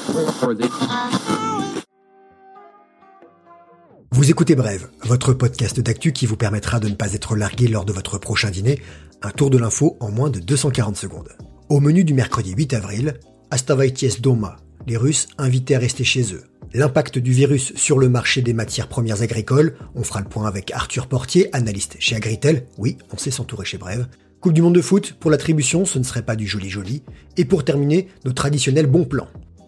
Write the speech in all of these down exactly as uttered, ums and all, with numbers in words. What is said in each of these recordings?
Vous écoutez Brève, votre podcast d'actu qui vous permettra de ne pas être largué lors de votre prochain dîner. Un tour de l'info en moins de deux cent quarante secondes. Au menu du mercredi huit avril, Оставайтесь дома, les Russes invités à rester chez eux. L'impact du virus sur le marché des matières premières agricoles, on fera le point avec Arthur Portier, analyste chez Agritel. Oui, on sait s'entourer chez Brève. Coupe du monde de foot, pour l'attribution, ce ne serait pas du joli-joli. Et pour terminer, nos traditionnels bons plans.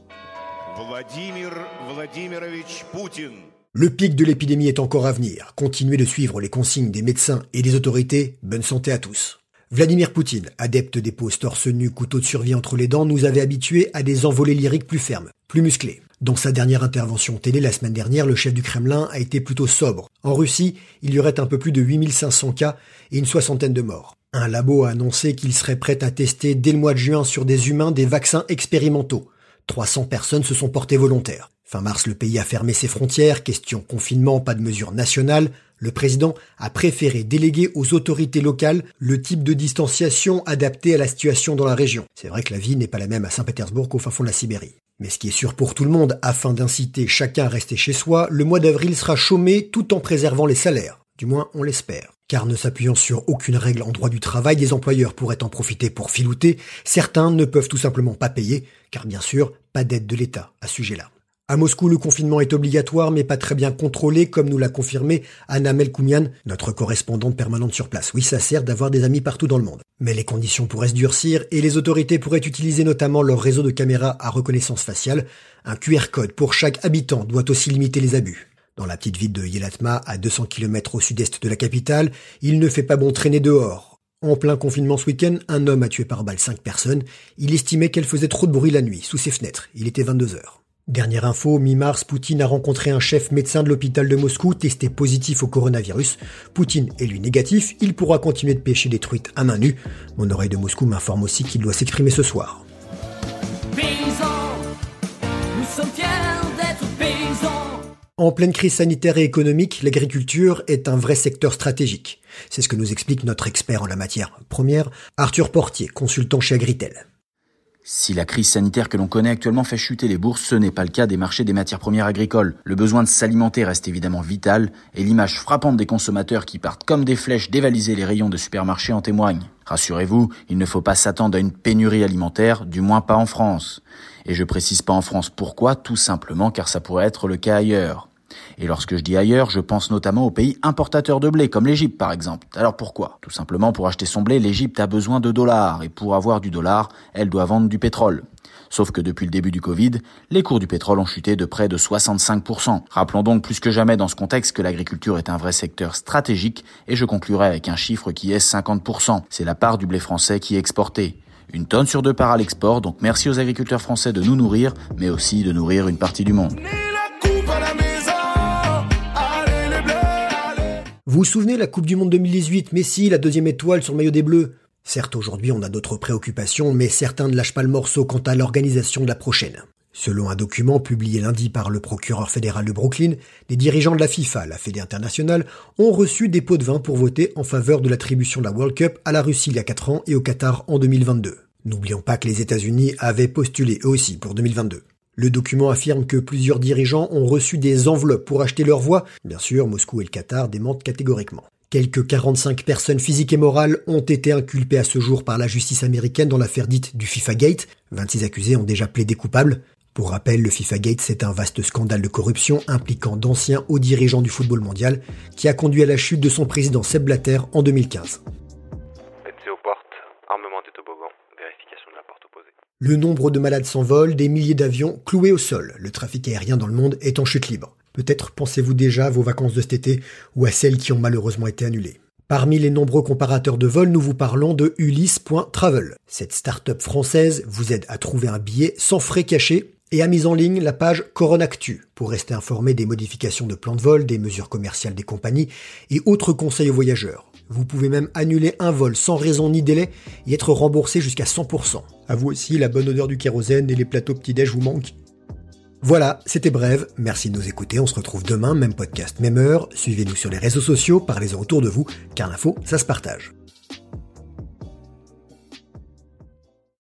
Vladimir Vladimirovich Poutine. Le pic de l'épidémie est encore à venir. Continuez de suivre les consignes des médecins et des autorités. Bonne santé à tous. Vladimir Poutine, adepte des poses torse nu, couteau de survie entre les dents, nous avait habitués à des envolées lyriques plus fermes, plus musclées. Dans sa dernière intervention télé la semaine dernière, le chef du Kremlin a été plutôt sobre. En Russie, il y aurait un peu plus de huit mille cinq cents cas et une soixantaine de morts. Un labo a annoncé qu'il serait prêt à tester dès le mois de juin sur des humains des vaccins expérimentaux. trois cents personnes se sont portées volontaires. Fin mars, le pays a fermé ses frontières, question confinement, pas de mesures nationales. Le président a préféré déléguer aux autorités locales le type de distanciation adapté à la situation dans la région. C'est vrai que la vie n'est pas la même à Saint-Pétersbourg qu'au fin fond de la Sibérie. Mais ce qui est sûr pour tout le monde, afin d'inciter chacun à rester chez soi, le mois d'avril sera chômé tout en préservant les salaires. Du moins, on l'espère. Car ne s'appuyant sur aucune règle en droit du travail, des employeurs pourraient en profiter pour filouter. Certains ne peuvent tout simplement pas payer, car bien sûr, pas d'aide de l'État à ce sujet-là. À Moscou, le confinement est obligatoire, mais pas très bien contrôlé, comme nous l'a confirmé Anna Melkoumian, notre correspondante permanente sur place. Oui, ça sert d'avoir des amis partout dans le monde. Mais les conditions pourraient se durcir, et les autorités pourraient utiliser notamment leur réseau de caméras à reconnaissance faciale. Un Q R code pour chaque habitant doit aussi limiter les abus. Dans la petite ville de Yelatma, à deux cents kilomètres au sud-est de la capitale, il ne fait pas bon traîner dehors. En plein confinement ce week-end, un homme a tué par balle cinq personnes. Il estimait qu'elles faisaient trop de bruit la nuit, sous ses fenêtres. Il était vingt-deux heures. Dernière info, mi-mars, Poutine a rencontré un chef médecin de l'hôpital de Moscou testé positif au coronavirus. Poutine est lui négatif, il pourra continuer de pêcher des truites à main nue. Mon oreille de Moscou m'informe aussi qu'il doit s'exprimer ce soir. Paysans, nous sommes fiers d'être paysans. En pleine crise sanitaire et économique, l'agriculture est un vrai secteur stratégique. C'est ce que nous explique notre expert en la matière première, Arthur Portier, consultant chez Agritel. Si la crise sanitaire que l'on connaît actuellement fait chuter les bourses, ce n'est pas le cas des marchés des matières premières agricoles. Le besoin de s'alimenter reste évidemment vital, et l'image frappante des consommateurs qui partent comme des flèches dévaliser les rayons de supermarchés en témoigne. Rassurez-vous, il ne faut pas s'attendre à une pénurie alimentaire, du moins pas en France. Et je précise pas en France pourquoi, tout simplement car ça pourrait être le cas ailleurs. Et lorsque je dis ailleurs, je pense notamment aux pays importateurs de blé, comme l'Égypte par exemple. Alors pourquoi ? Tout simplement pour acheter son blé, l'Égypte a besoin de dollars, et pour avoir du dollar, elle doit vendre du pétrole. Sauf que depuis le début du Covid, les cours du pétrole ont chuté de près de soixante-cinq pour cent. Rappelons donc plus que jamais dans ce contexte que l'agriculture est un vrai secteur stratégique, et je conclurai avec un chiffre qui est cinquante pour cent. C'est la part du blé français qui est exportée. Une tonne sur deux part à l'export, donc merci aux agriculteurs français de nous nourrir, mais aussi de nourrir une partie du monde. Vous vous souvenez la Coupe du Monde deux mille dix-huit, Messi, la deuxième étoile sur le maillot des Bleus ? Certes, aujourd'hui, on a d'autres préoccupations, mais certains ne lâchent pas le morceau quant à l'organisation de la prochaine. Selon un document publié lundi par le procureur fédéral de Brooklyn, les dirigeants de la FIFA, la Fédé internationale, ont reçu des pots de vin pour voter en faveur de l'attribution de la World Cup à la Russie il y a quatre ans et au Qatar en deux mille vingt-deux. N'oublions pas que les États-Unis avaient postulé eux aussi pour deux mille vingt-deux. Le document affirme que plusieurs dirigeants ont reçu des enveloppes pour acheter leur voix. Bien sûr, Moscou et le Qatar démentent catégoriquement. Quelques quarante-cinq personnes physiques et morales ont été inculpées à ce jour par la justice américaine dans l'affaire dite du FIFA Gate. vingt-six accusés ont déjà plaidé coupables. Pour rappel, le FIFA Gate, c'est un vaste scandale de corruption impliquant d'anciens hauts dirigeants du football mondial qui a conduit à la chute de son président Sepp Blatter en deux mille quinze. Le nombre de malades s'envole, des milliers d'avions cloués au sol. Le trafic aérien dans le monde est en chute libre. Peut-être pensez-vous déjà à vos vacances de cet été ou à celles qui ont malheureusement été annulées. Parmi les nombreux comparateurs de vol, nous vous parlons de Ulysse point travel. Cette start-up française vous aide à trouver un billet sans frais cachés et a mis en ligne la page Coronactu pour rester informé des modifications de plans de vol, des mesures commerciales des compagnies et autres conseils aux voyageurs. Vous pouvez même annuler un vol sans raison ni délai et être remboursé jusqu'à cent pour cent. À vous aussi, la bonne odeur du kérosène et les plateaux petit-déj vous manquent. Voilà, c'était Brève. Merci de nous écouter. On se retrouve demain, même podcast, même heure. Suivez-nous sur les réseaux sociaux, parlez-en autour de vous, car l'info, ça se partage.